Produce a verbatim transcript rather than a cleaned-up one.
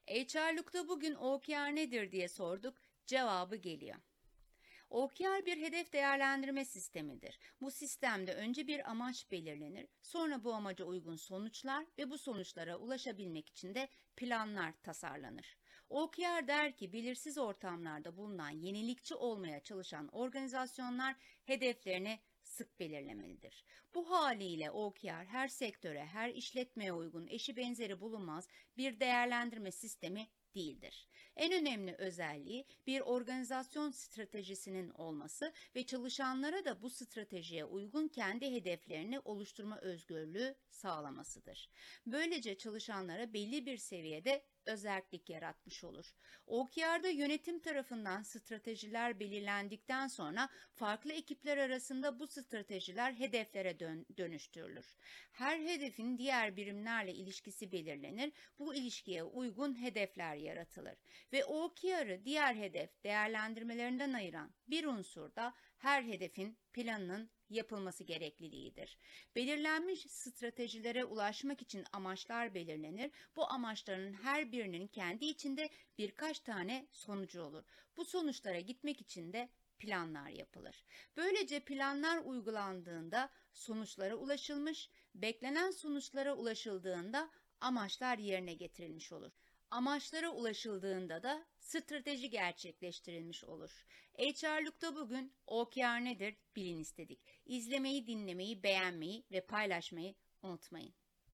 H R Look'ta bugün O K R nedir diye sorduk, cevabı geliyor. O K R bir hedef değerlendirme sistemidir. Bu sistemde önce bir amaç belirlenir, sonra bu amaca uygun sonuçlar ve bu sonuçlara ulaşabilmek için de planlar tasarlanır. O K R der ki belirsiz ortamlarda bulunan yenilikçi olmaya çalışan organizasyonlar hedeflerini sık belirlemelidir. Bu haliyle O K R her sektöre, her işletmeye uygun eşi benzeri bulunmaz bir değerlendirme sistemi değildir. En önemli özelliği bir organizasyon stratejisinin olması ve çalışanlara da bu stratejiye uygun kendi hedeflerini oluşturma özgürlüğü sağlamasıdır. Böylece çalışanlara belli bir seviyede özellik yaratmış olur. O K R'da yönetim tarafından stratejiler belirlendikten sonra farklı ekipler arasında bu stratejiler hedeflere dön dönüştürülür. Her hedefin diğer birimlerle ilişkisi belirlenir, bu ilişkiye uygun hedefler yaratılır ve O K R'ı diğer hedef değerlendirmelerinden ayıran bir unsur da her hedefin planının yapılması gerekliliğidir. Belirlenmiş stratejilere ulaşmak için amaçlar belirlenir. Bu amaçların her birinin kendi içinde birkaç tane sonucu olur. Bu sonuçlara gitmek için de planlar yapılır. Böylece planlar uygulandığında sonuçlara ulaşılmış, beklenen sonuçlara ulaşıldığında amaçlar yerine getirilmiş olur. Amaçlara ulaşıldığında da strateji gerçekleştirilmiş olur. H R Look'ta bugün O K R nedir bilin istedik. İzlemeyi, dinlemeyi, beğenmeyi ve paylaşmayı unutmayın.